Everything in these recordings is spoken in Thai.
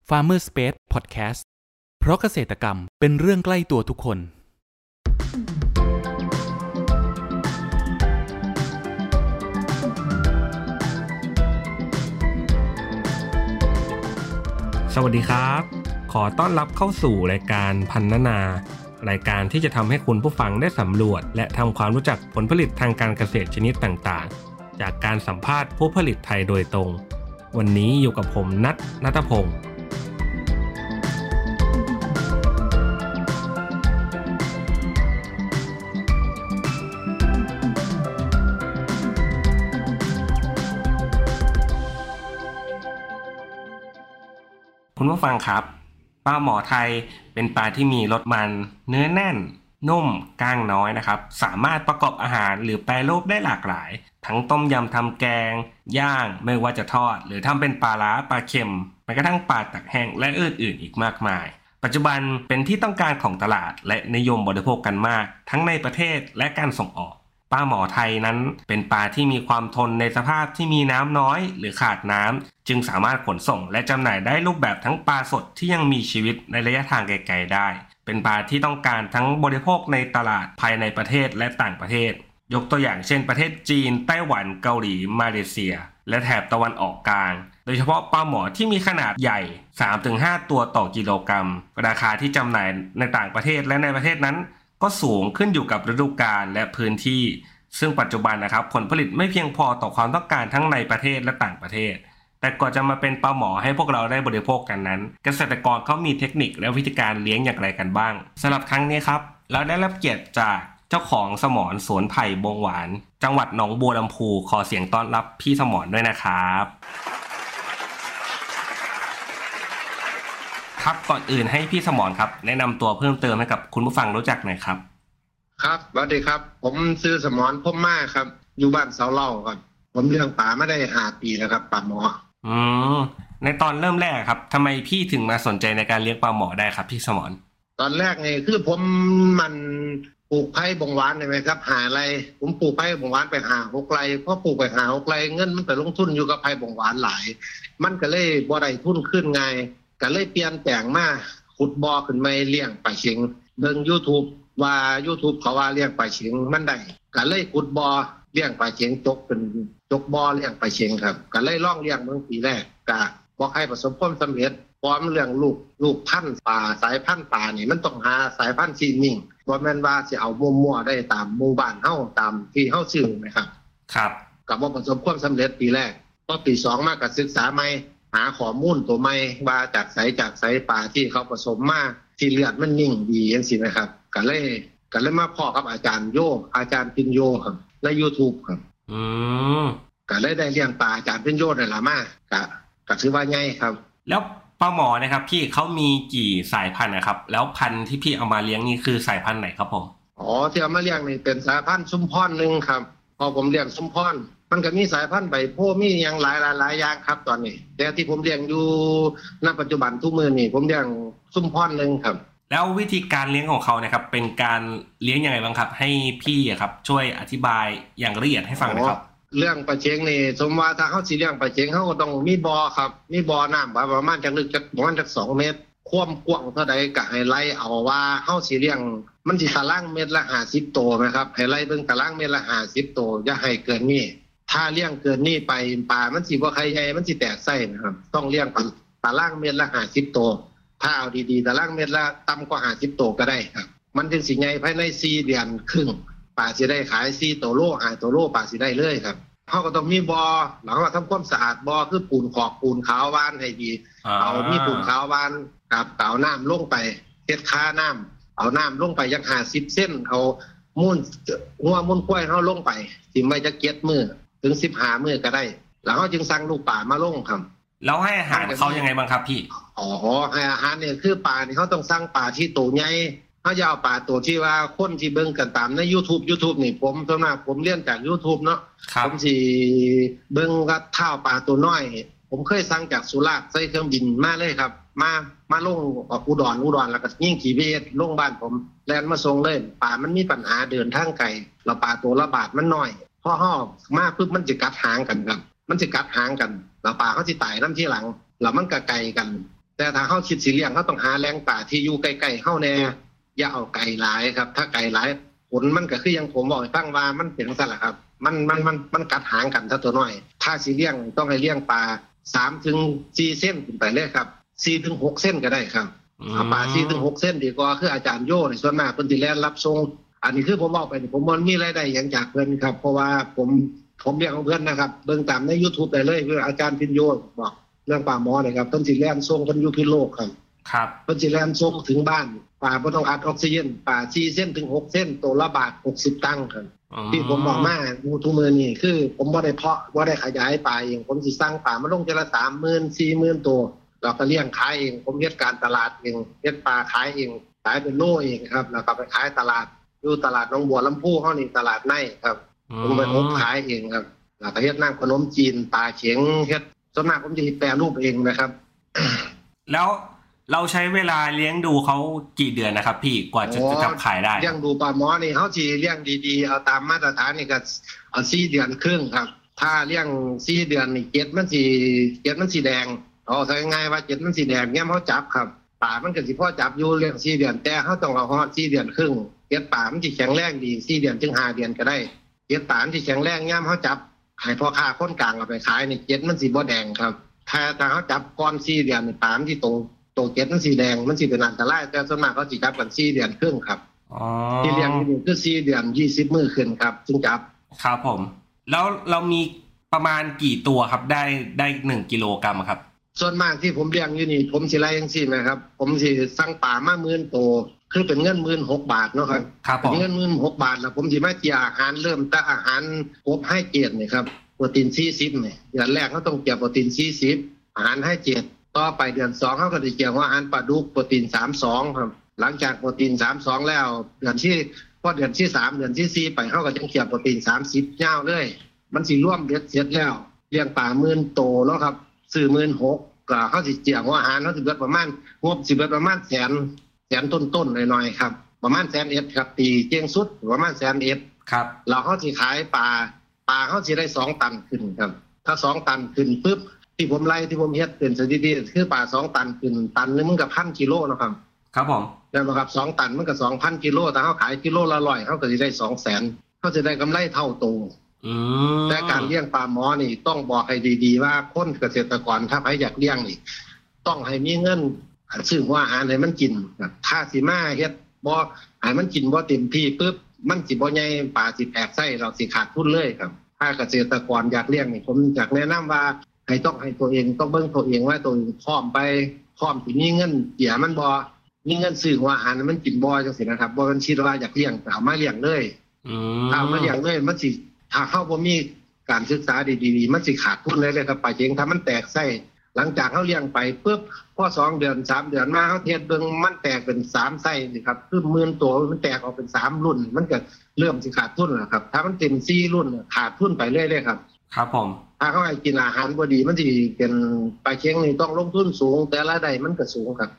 Farmer Space Podcast เพราะเกษตรกรรมเป็นเรื่องใกล้ตัวทุกคนสวัสดีครับขอต้อนรับเข้าสู่รายการพันนานารายการที่จะทำให้คุณผู้ฟังได้สำรวจและทำความรู้จักผลผลิตทางการเกษตรชนิดต่างๆจากการสัมภาษณ์ผู้ผลิตไทยโดยตรงวันนี้อยู่กับผมณัฐพงศ์คุณผู้ฟังครับปลาหมอไทยเป็นปลาที่มีรสมันเนื้อแน่นนุ่มก้างน้อยนะครับสามารถประกอบอาหารหรือแปรรูปได้หลากหลายทั้งต้มยำทำแกงย่างไม่ว่าจะทอดหรือทำเป็นปลาร้าปลาเค็มแม้กระทั่งปลาตักแห้งและอื่นๆอีกมากมายปัจจุบันเป็นที่ต้องการของตลาดและนิยมบริโภคกันมากทั้งในประเทศและการส่งออกปลาหมอไทยนั้นเป็นปลาที่มีความทนในสภาพที่มีน้ำน้อยหรือขาดน้ำจึงสามารถขนส่งและจำหน่ายได้รูปแบบทั้งปลาสดที่ยังมีชีวิตในระยะทางไกลๆได้เป็นปลาที่ต้องการทั้งบริโภคในตลาดภายในประเทศและต่างประเทศยกตัวอย่างเช่นประเทศจีนไต้หวันเกาหลีมาเลเซียและแถบตะวันออกกลางโดยเฉพาะปลาหมอที่มีขนาดใหญ่ 3-5 ตัวต่อกิโลกรัมราคาที่จำหน่ายในต่างประเทศและในประเทศนั้นก็สูงขึ้นอยู่กับฤดูกาลและพื้นที่ซึ่งปัจจุบันนะครับผลผลิตไม่เพียงพอต่อความต้องการทั้งในประเทศและต่างประเทศแต่ก่อนจะมาเป็นปลาหมอให้พวกเราได้บริโภคกันนั้นเกษตรกรเขามีเทคนิคและวิธีการเลี้ยงอย่างไรกันบ้างสำหรับครั้งนี้ครับเราได้รับเกียรติจากเจ้าของสมรสวนไผ่บงหวานจังหวัดหนองบัวลำพูขอเสียงต้อนรับพี่สมรด้วยนะครับครับก่อนอื่นให้พี่สมรครับแนะนำตัวเพิ่มเติมให้กับคุณผู้ฟังรู้จักหน่อยครับครับสวัสดีครับผมชื่อสมรพรหมมาครับอยู่บ้านเสาเล่าครับผมเลี้ยงปลามาได้5 ปีแล้วครับปลาหมอในตอนเริ่มแรกครับทำไมพี่ถึงมาสนใจในการเลี้ยงปลาหมอได้ครับพี่สมรตอนแรกนี่คือผมมันปลูกไผ่บงหวานใช่ไหมครับหาไรผมปลูกไผ่บงหวานไป6 ไร่พอปลูกไป6 ไร่เงินมันไปลงทุนอยู่กับไผ่บงหวานหลายมันก็เลยบ่ได้ทุนขึ้นไงก็เลยเปลี่ยนแปลงมาขุดบ่อขึ้นมาเลี้ยงปลาเข็งเบิ่ง YouTube ว่า YouTube เขาว่าเลี้ยงปลาเข็งมันได้ก็เลยขุดบ่อเลี้ยงปลาเข็งจกเป็นจกบ่อเลี้ยงปลาเข็งครับก็เลยลองเลี้ยงเมื่อปีแรกก็บ่ใครประสบความสำเร็จพร้อมเรื่องลูกพันธุ์ปลาสายพันธุ์ปลานี่มันต้องหาสายพันธุ์ที่นิ่งบ่แม่นว่าสิเอามั่วๆได้ตามหมู่บ้านเฮาตามที่เฮาซื้อนะครับครับก็บ่ประสบความสำเร็จปีแรกพอปี2มาก็ศึกษาใหม่หาข้อมูลตัวใหม่ว่าจากไสปลาที่เขาผสมมาที่เลือดมันนิ่งดีจังซี่นะครับก็เลยมาพ้อกับอาจารย์พินโยครับใน YouTube ครับก็เลยได้เลี้ยงปลาอาจารย์พินโยนั่นล่ะมาก็ถือว่าใหญ่ครับแล้วปลาหมอนะครับพี่เขามีกี่สายพันธุ์นะครับแล้วพันธุ์ที่พี่เอามาเลี้ยงนี่คือสายพันธุ์ไหนครับผมที่เอามาเลี้ยงนี่เป็นสายพันธุ์ชุมพรนึงครับพอผมเลี้ยงชุมพรมันก็มีสายพันธุ์ใบโพมีอย่างหลายอย่างครับตอนนี้แต่ที่ผมเลี้ยงอยู่ณปัจจุบันทุกมื้อนี่ผมเลี้ยงชุมพรนึงครับแล้ววิธีการเลี้ยงของเขานะครับเป็นการเลี้ยงยังไงบ้างครับให้พี่ครับช่วยอธิบายอย่างละเอียดให้ฟังหน่อยครับเรื่องปลาเข็งนี่สมว่าถ้าเฮาสิเลี้ยงปลาเข็งเฮาก็ต้องมีบ่อครับมีบ่อน้ำประมาณจักลึกจักประมาณจัก2 เมตรความกว้างเท่าใดก็ให้ไล่เอาว่าเฮาสิเลี้ยงมันสิตารางเมตรละ50ตัวนะครับให้ไล่เบิ่งตารางเมตรละ50ตัวอย่าให้เกินนี้ถ้าเลี้ยงเกินนี้ไปปลามันสิบ่ไข่ใหญ่มันสิแตกไส้นะครับต้องเลี้ยงตารางเมตรละ50ตัวถ้าเอาดีๆตารางเมตรละต่ำกว่า50ตัวก็ได้ครับมันจึงสิใหญ่ภายใน4 เดือนครึ่งปลาสิได้ขาย4ตัวโล5ตัวโลปลาสิได้เลยครับเฮาก็ต้องมีบ่อแล้วก็ทำความสะอาดบ่อคือปูนขอกปูนขาวหวานให้ดีเอามีปูนขาวหวานกับเอาน้ำลงไปเฮ็ดค่าน้ำเอาน้ำลงไปจัก50 เซนเอามูลหัวมูลกล้วยเฮาลงไปสิไว้จัก7 มื้อถึง15 มื้อก็ได้แล้วเฮาจึงสั่งลูกปลามาลงครับแล้วให้อาหารเขายังไงบ้างครับพี่ให้อาหารเนี่ยคือปลานี่เขาต้องสั่งปลาที่โตใหญ่เขาจะเอาปลาตัวที่ว่าคนที่เบิ่งกันตามใน YouTube นี่ผมส่วนมากผมเรียนจาก YouTube เนาะผมสิเบิ่งกับข้าวปลาตัวน้อยผมเคยสั่งจากสุราษฎร์ใส่เครื่องบินมาเลยครับมาลงอุดรแล้วก็ยิ่งขี่เวทลงบ้านผมแล่นมาส่งเลยปลามันมีปัญหาเดินทางไกลแล้วปลาตัวละบาทมันน้อยพอฮ้อมาปึ๊บมันจะกัดหางกันครับมันสิกัดหางกันแล้วปลาเขาสิตายนำที่หลังแล้วมันก็ไกลกันแต่ถ้าเฮาคิดสิเลี้ยงเฮาต้องหาแหล่งป่าที่อยู่ใกล้ๆเฮาแน่อย่าเอาไกลหลายครับถ้าไกลหลายผลมันก็คือยังผมบอกให้ฟังว่ามันเป็นจังซั่นล่ะครับมันกัดหางกันถ้าตัวน้อยถ้าสิเลี้ยงต้องให้เลี้ยงปลา3 ถึง 4 เส้นขึ้นไปเลยครับ4 ถึง 6 เส้นก็ได้ครับปลา4 ถึง 6 เส้นดีกว่าคืออาจารย์โย่นี่ส่วนมากเพิ่นสิแล่นรับส่งอันนี้คือผมบอกไปผมบ่มีรายได้หยังจากเพิ่นครับเพราะว่าผมเลี้ยงของเพิ่นนะครับเบิ่งตามใน YouTube ได้เลยคืออาจารย์พินโยบอกเรื่องปลาหมอนะครับเพิ่นสิแล่นส่งเพิ่นอยู่พิษณุโลกครับเพิ่นสิแล่นส่งถึงบ้านปลาบ่ต้องอัดออกซิเจนปลา4 เส้นถึง 6 เส้นตัวละบาท60 ตังค์ครับที่ผมบอกมาทุกมื้อนี้คือผมบ่ได้เพาะบ่ได้ขยายปลาเองผมสิสั่งปลามาลงแต่ละ 30,000 40,000 ตัวแล้วก็เลี้ยงขายเองผมเฮ็ดการตลาดเองเฮ็ดปลาขายเองขายเป็นโลเองครับแล้วก็ไปขายตลาดอยู่ตลาดหนองบัวลำพูเฮานี่ตลาดในครับผมไปอบขายเองครับแล้วก็เฮ็ดน้ำขนมจีนปลาเข็งเฮ็ดส่วนมากผมจะแปรรูปเองนะครับแล้วเราใช้เวลาเลี้ยงดูเขากี่เดือนนะครับพี่กว่าจะจับขายได้เลี้ยงดูปลาหมอนี่เฮาสิเลี้ยงดีๆเอาตามมาตรฐานนี่ก็เอา4 เดือนครึ่งครับถ้าเลี้ยง4 เดือนนี่เกล็ดมันสิแดงเอาซะง่ายๆว่าเกล็ดมันสิแดงยามเฮาจับครับปลามันก็สิพอจับอยู่เลี้ยง4 เดือนแต่เฮาต้องเอาฮอด4 เดือนครึ่งเกล็ดปลามันสิแข็งแรงดี4 เดือนถึง 5 เดือนก็ได้เกล็ดปลามันสิแข็งแรงยามเฮาจับให้พ่อค้าคนกลางเอาไปขายนี่เกล็ดมันสิบ่แดงครับถ้าเฮาจับก่อน4 เดือนนี่ปลามันสิโตเกล็ดมันสีแดงมันสิเป็นอันตรายแต่ส่วนมากเขาสิจับกัน4 เดือนครึ่งครับที่เลี้ยงนี่คือ4 เดือน20 มื้อขึ้นครับจึงจับครับผมแล้วเรามีประมาณกี่ตัวครับได้1 กิโลกรัมครับส่วนมากที่ผมเลี้ยงอยู่นี่ผมสิไล่จังซี่นะครับผมสิสั่งปลามา10,000 ตัวคือเป็นเงิน 16,000 บาทเนาะครับเป็นเงิน 16,000 บาทแล้วผมสิมาเจียอาหารเริ่มแต่อาหารครบให้เกียรตินี่ครับโปรตีน40นี่เดือนแรกเขาต้องเจียโปรตีน40อาหารให้เกียรติต่อไปเดือน2เขาก็จะเกี่ยวว่าอาหารปลาดุกโปรตีน32ครับหลังจากโปรตีน32แล้วเดือนที่3เดือนที่4ไปเขาก็จะเกี่ยวโปรตีน30ยาวเลยมันสิรวมเบ็ดเสร็จแล้วเลี้ยงปลา10,000 โตเนาะครับซื้อ 16,000 ก็เขาสิเกี่ยวว่าอาหารเขาสิเบิดประมาณงบสิเบิดประมาณแสนต้นๆหน่อยๆครับประมาณ100,000ครับตีเจียงสุดประมาณ100,000ครับแล้วเขาสิขายปลาเขาสิได้2 ตันขึ้นครับถ้า2 ตันขึ้นปึ๊บที่ผมเฮ็ดเป็นสถิติคือปลา2 ตันขึ้นตันนึงมันก็ 1,000 กิโลนะครับครับผมแล้วนะครับ2 ตันมันก็ 2,000 กิโลแต่เฮาขายกิโลละ100เฮาก็สิได้ 200,000 เฮาสิได้กำไรเท่าโตแต่การเลี้ยงปลาหมอนี่ต้องบอกให้ดีๆว่าคนเกษตรกรถ้าใครอยากเลี้ยงนี่ต้องให้มีเงินซื้ออาหารให้มันกินถ้าสิมาเฮ็ดบ่ให้มันกินบ่เต็มที่ปึ๊บมันสิบ่ใหญ่ปลาสิแตกไส้เราสิขาดทุนเลยครับถ้าเกษตรกรอยากเลี้ยงนี่ผมอยากแนะนำว่าต้องให้ตัวเองต้องเบิ่งตัวเองว่าตัวเองพร้อมสิมีเงินเสียมันบ่มีเงินซื้ออาหารมันกินบ่จังซี่นะครับบ่มันคิดว่าอยากเลี้ยงเอามาเลี้ยงเลยเอามาเลี้ยงเลยมันสิถ้าเฮาบ่มีการศึกษาดีๆมันสิขาดทุนเลยครับปลาเข็งถ้ามันแตกไส้หลังจากเฮาเลี้ยงไปปึ๊บพอ2 เดือน3 เดือนมาเฮาเทสเบิ่งมันแตกเป็น3 ไส้นี่ครับคือ10,000 ตัวมันแตกออกเป็น3 รุ่นมันก็เริ่มสิขาดทุนแล้วครับถ้ามันเต็ม4 รุ่นขาดทุนไปเรื่อยๆครับครับผมถ้าเขาให้กินอาหารบ่ดีมันสิเป็นปลาเข็งนี่ต้องลงทุนสูงแต่รายได้มันก็สูงครับ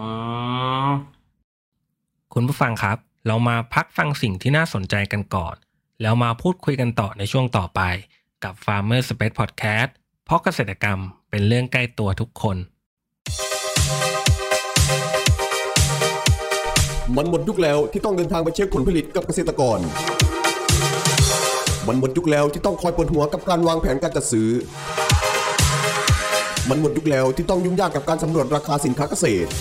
คุณผู้ฟังครับเรามาพักฟังสิ่งที่น่าสนใจกันก่อนแล้วมาพูดคุยกันต่อในช่วงต่อไปกับ Farmer Space Podcast เพราะเกษตรกรรมเป็นเรื่องใกล้ตัวทุกคนมันหมดยุคแล้วที่ต้องเดินทางไปเช็คผลผลิตกับเกษตรกรมันหมดยุคแล้วที่ต้องคอยปวดหัวกับการวางแผนการจัดซื้อมันหมดยุคแล้วที่ต้องยุ่งยากกับการสำรวจราคาสินค้าเกษตร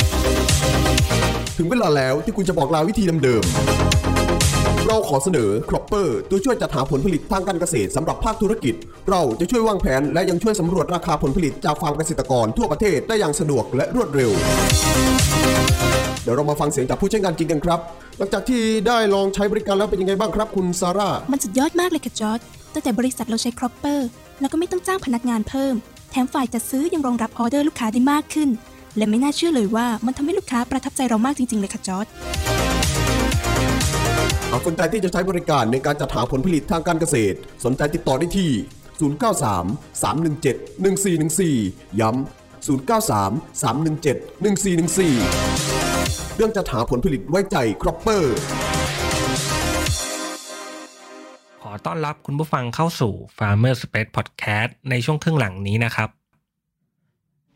ถึงเวลาแล้วที่คุณจะบอกลาวิธีเดิมๆเราขอเสนอ Cropper ตัวช่วยจัดหาผลผลิตทางการเกษตรสำหรับภาคธุรกิจเราจะช่วยวางแผนและยังช่วยสำรวจราคาผลผลิตจากฟาร์มเกษตรกรทั่วประเทศได้อย่างสะดวกและรวดเร็วเดี๋ยวเรามาฟังเสียงจากผู้ใช้งานจริงกันครับหลังจากที่ได้ลองใช้บริการแล้วเป็นยังไงบ้างครับคุณซาร่ามันสุดยอดมากเลยค่ะจอร์จตั้งแต่บริษัทเราใช้ Cropper แล้วก็ไม่ต้องจ้างพนักงานเพิ่มแถมฝ่ายจัดซื้อยังรองรับออเดอร์ลูกค้าได้มากขึ้นและไม่น่าเชื่อเลยว่ามันทำให้ลูกค้าประทับใจเรามากจริงๆเลยค่ะจอร์จหากสนใจที่จะใช้บริการในการจัดหาผลผลิตทางการเกษตรสนใจติดต่อได้ที่093-317-1414ย้ำ093-317-1414เรื่องจัดหาผลผลิตไว้ใจ Cropper ขอต้อนรับคุณผู้ฟังเข้าสู่ Farmer Space Podcast ในช่วงครึ่งหลังนี้นะครับ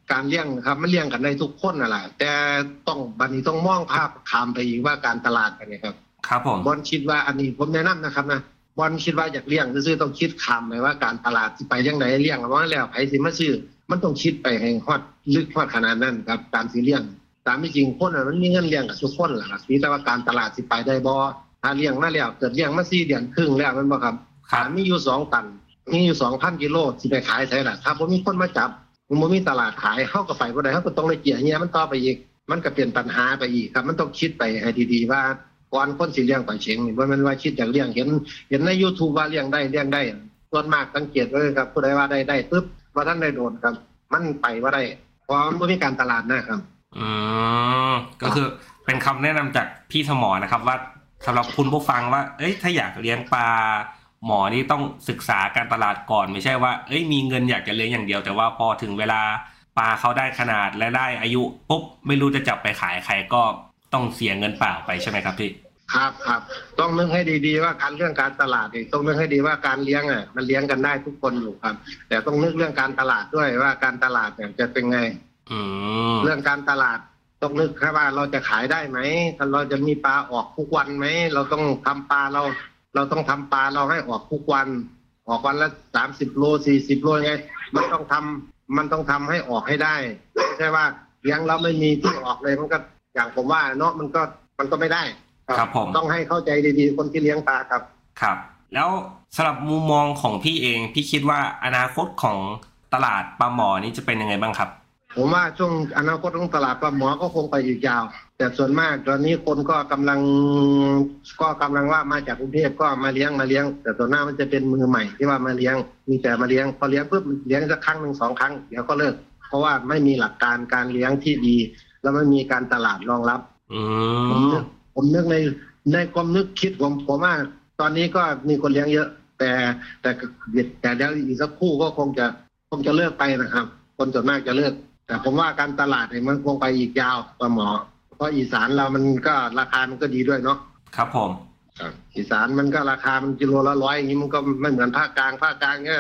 การเลี้ยงครับมันเลี้ยงกันได้ทุกคนนั่นแหละแต่ต้องบัดนี้ต้องมองภาพข้ามไปอีกว่าการตลาดกันนะครับครับผมบอลคิดว่าอันนี้ผมแนะนำนะครับนะบอลคิดว่าอยากเลี้ยงซื้อต้องคิดข้ามไปว่าการตลาดสิไปยังไงเลี้ยงว่าแล้วไผสิมาซื้อมันต้องคิดไปให้ฮอดลึกฮอดขนาดนั้นครับการสิเลี้ยงตามที่จริงคนมันมีเงินเลี้ยงกับทุกคนแหละครับแต่ว่าการตลาดสิไปได้บ่ถ้าเลี้ยงมาแล้วเกิดเลี้ยงมา4 เดือนครึ่งแล้วมันบ่ครับมีอยู่2 ตันมีอยู่ 2,000 กิโลสิไปขายไสล่ะถ้าบ่มีคนมาจับบ่มีตลาดขายเฮาก็ไปบ่ได้เฮาก็ต้องได้เกี่ยเหี้ยมันต่อไปอีกมันก็เป็นปัญหาไปอีกครับมันต้องคิดไปให้ดีๆว่าก่อนคนสิเลี้ยงปลาเข็งนี่บ่แม่นว่าคิดอยากเลี้ยงเห็นใน YouTube ว่าเลี้ยงได้ส่วนมากสังเกตไว้ครับผู้ใดว่าได้ปึ๊บบ่ทันได้โดนครับมันไปบ่ได้เพราะมันบ่มีการตลาดนะครับก็คือเป็นคำแนะนำจากพี่สมอนะครับว่าสำหรับคุณผู้ฟังว่าถ้าอยากเลี้ยงปลาหมอนี่ต้องศึกษาการตลาดก่อนไม่ใช่ว่ามีเงินอยากจะเลี้ยงอย่างเดียวแต่ว่าพอถึงเวลาปลาเขาได้ขนาดและได้อายุปุ๊บไม่รู้จะจับไปขายใครก็ต้องเสียเงินเปล่าไปใช่ไหมครับพี่ครับต้องนึกให้ดีๆว่าเรื่องการตลาดต้องนึกให้ดีว่าการเลี้ยงมันเลี้ยงกันได้ทุกคนอยู่ครับแต่ต้องนึกเรื่องการตลาดด้วยว่าการตลาดเนี่ยจะเป็นไงเรื่องการตลาดต้องนึกแค่ว่าเราจะขายได้ไหมถ้าเราจะมีปลาออกทุกวันไหมเราต้องทำปลาเราต้องทำปลาเราให้ออกทุกวันออกวันละ30 โล40 โลไงมันต้องทำให้ออกให้ได้ไม่ใช่ว่าเลี้ยงเราไม่มีที่ออกเลยมันก็อย่างผมว่าเนาะมันก็ไม่ได้ครับผมต้องให้เข้าใจดีๆคนที่เลี้ยงปลาครับแล้วสำหรับมุมมองของพี่เองพี่คิดว่าอนาคตของตลาดปลาหมอนี้จะเป็นยังไงบ้างครับผมว่าช่วงอนาคตของตลาดปลาหมอก็คงไปอีกยาวแต่ส่วนมากตอนนี้คนก็กำลังว่ามาจากกรุงเทพก็มาเลี้ยงแต่ส่วนหน้ามันจะเป็นมือใหม่ที่ว่ามาเลี้ยงมีแต่มาเลี้ยงพอเลี้ยงปุ๊บเลี้ยงสักครั้งนึง2 ครั้งเดี๋ยวก็เลิกเพราะว่าไม่มีหลักการการเลี้ยงที่ดีแล้วไม่มีการตลาดรองรับผมนึกในความนึกคิดผมว่าตอนนี้ก็มีคนเลี้ยงเยอะแต่เดี๋ยวอีกสักครู่ก็คงจะเลิกไปนะครับคนส่วนมากจะเลิกแต่ผมว่าการตลาดเนี่ยมันคงไปอีกยาวปลาหมอเพราะอีสานเรามันก็ราคามันก็ดีด้วยเนาะครับผมอีสานมันก็ราคามันกิโลละ100อย่างนี้มันก็ไม่เหมือนภาคกลางเนี่ย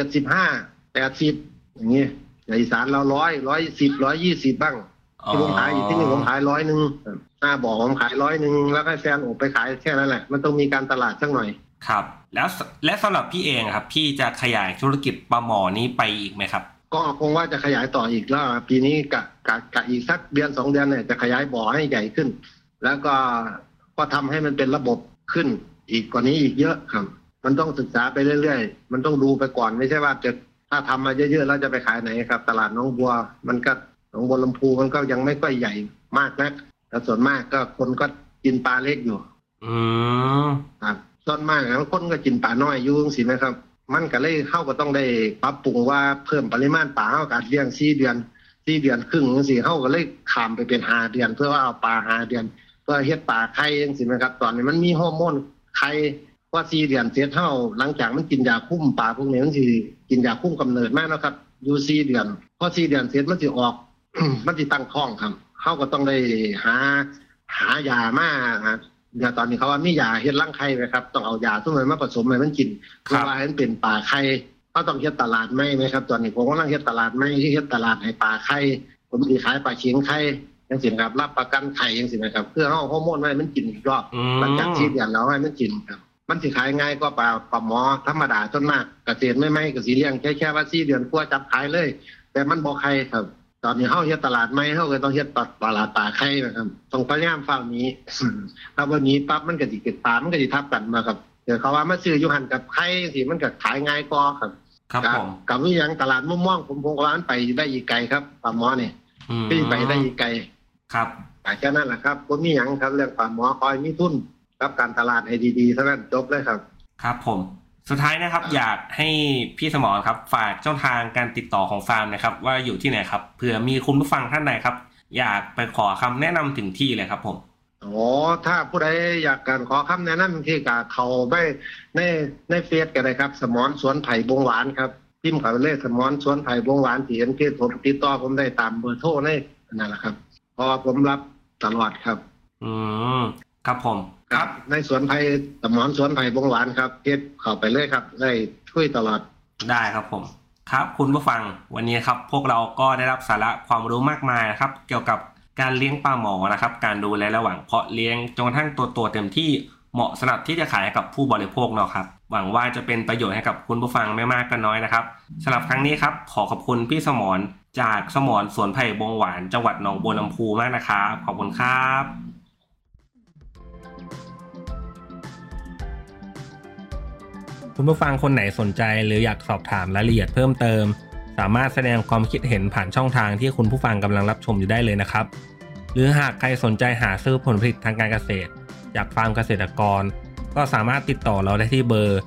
75 80อย่างนี้แต่อีสานเรา110 120บ้างที่ผมขายอยู่ที่นี่ผมขาย100หน้าบ่อผมขาย100แล้วก็แฟนออกไปขายแค่นั้นแหละมันต้องมีการตลาดสักหน่อยครับและสำหรับพี่เองครับพี่จะขยายธุรกิจปลาหมอนี้ไปอีกไหมครับก็คงว่าจะขยายต่ออีกแล้วปีนี้กะอีกสักเดือน2 เดือนเนี่ยจะขยายบ่อให้ใหญ่ขึ้นแล้วก็ทำให้มันเป็นระบบขึ้นอีกกว่านี้อีกเยอะครับมันต้องศึกษาไปเรื่อยๆมันต้องดูไปก่อนไม่ใช่ว่าถ้าทำมาเยอะๆแล้วจะไปขายไหนครับตลาดหนองบัวมันก็หนองบัวลำพูมันก็ยังไม่ค่อยใหญ่มากนักแต่ส่วนมากก็คนก็กินปลาเล็กอยู่ครับส่วนมากแล้วคนก็กินปลาน้อยอยู่สินะครับมันก็เลยเข้าก็ต้องได้ปรับปรุงว่าเพิ่มปริมาณปลาเข้าการเลี้ยง4 เดือนครึ่งจังซี่เข้าก็เลยข้ามไปเป็น5 เดือนเพื่อว่าเอาปลา5 เดือนเพื่อเฮ็ดปลาไข่จังซี่นะครับตอนนี้มันมีฮอร์โมนไข่ว่า4 เดือนเสร็จเฮาหลังจากมันกินยาคุมปลาพวกนี้มันสิกินยาคุมกำเนิดมาแล้วครับอยู่4 เดือนพอ4 เดือนเสร็จมันสิออก มันสิตั้งท้องครับเฮาก็ต้องได้หายามาเดี๋ยวตอนนี้เขาว่ามียาเฮ็ดรังไข่ไหมครับต้องเอายาทุกอย่างมาผสมให้มันกินเพื่อว่าให้มันเป็นปลาไข่เขาต้องเฮ็ดตลาดไหมครับตอนนี้ผมกำลังเฮ็ดตลาดไหมที่เฮ็ดตลาดให้ปลาไข่ผมสิขายปลาเข็งไข่จังซี่ครับรับประกันไข่จังซี่นะครับเพื่อเอาฮอร์โมนไว้มันกินอีกรอบหลังจาก4 เดือนแล้วให้มันกินครับมันสิขายง่ายกว่าปลาหมอธรรมดาส่วนมากเกษตรไม่ก็สิเลี้ยงแค่ว่า4 เดือนกว่าจับขายเลยแต่มันบ่ไข่ครับตอนนี้เฮาเฮ็ดตลาดใหม่เฮาก็ต้องเฮ็ดตลาดปลาไข่นะครับต้องพยายามฟังนี้ถ้าวันนี้ปั๊บมันก็สิเกิดปลามันก็สิทับกันมาครับเดี๋ยวเขาว่ามาซื้ออยู่หั่นกับไข่จังซี่มันก็ขายง่ายกว่าครับครับผมกับวิยังตลาดม่วงผมว่ามันไปได้อีกไกลครับปลาหมอนี่ไปได้อีกไกลครับแค่นั้นแหละครับบ่มีหยังครับเรื่องปลาหมอคอยมีทุนกับการตลาดให้ดีๆเท่านั้นจบเลยครับครับผมสุดท้ายนะครับอยากให้พี่สมรครับฝากช่องทางการติดต่อของฟาร์มนะครับว่าอยู่ที่ไหนครับเผื่อมีคุณผู้ฟังท่านใดครับอยากไปขอคำแนะนำถึงที่เลยครับผมถ้าผู้ใดอยากการขอคำแนะนำที่กับเขาไปในเฟซกันเลยครับสมรสวนไผ่บงหวานครับพิมพ์เข้าไปเลยสมรสวนไผ่บงหวานที่เห็นเพจผมติดต่อผมได้ตามเบอร์โทรนั่นแหละครับเพราะผมรับตลอดครับครับผมครับในสวนไผ่สมรสวนไผ่บงหวานครับเพจเข้าไปเลยครับได้คุยตลอดได้ครับผมครับคุณผู้ฟังวันนี้ครับพวกเราก็ได้รับสาระความรู้มากมายนะครับเกี่ยวกับการเลี้ยงปลาหมอนะครับการดูแลระหว่างเพาะเลี้ยงจนกระทั่งตัวเต็มที่เหมาะสำหรับที่จะขายให้กับผู้บริโภคเนาะครับหวังว่าจะเป็นประโยชน์ให้กับคุณผู้ฟังไม่มากก็น้อยนะครับสำหรับครั้งนี้ครับขอขอบคุณพี่สมรจากสมรสวนไผ่บงหวานจังหวัดหนองบัวลำพูมากนะครับขอบคุณครับคุณผู้ฟังคนไหนสนใจหรืออยากสอบถามรายละเอียดเพิ่มเติมสามารถแสดงความคิดเห็นผ่านช่องทางที่คุณผู้ฟังกำลังรับชมอยู่ได้เลยนะครับหรือหากใครสนใจหาซื้อผลผลิตทางการเกษตรจากฟาร์มเกษตรกรก็สามารถติดต่อเราได้ที่เบอร์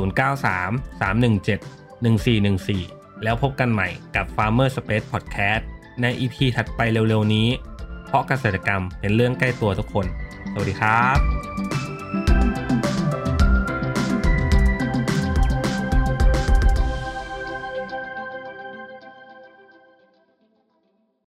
0933171414 แล้วพบกันใหม่กับ Farmer Space Podcast ใน EP ถัดไปเร็วๆนี้เพราะเกษตรกรรมเป็นเรื่องใกล้ตัวทุกคนสวัสดีครับ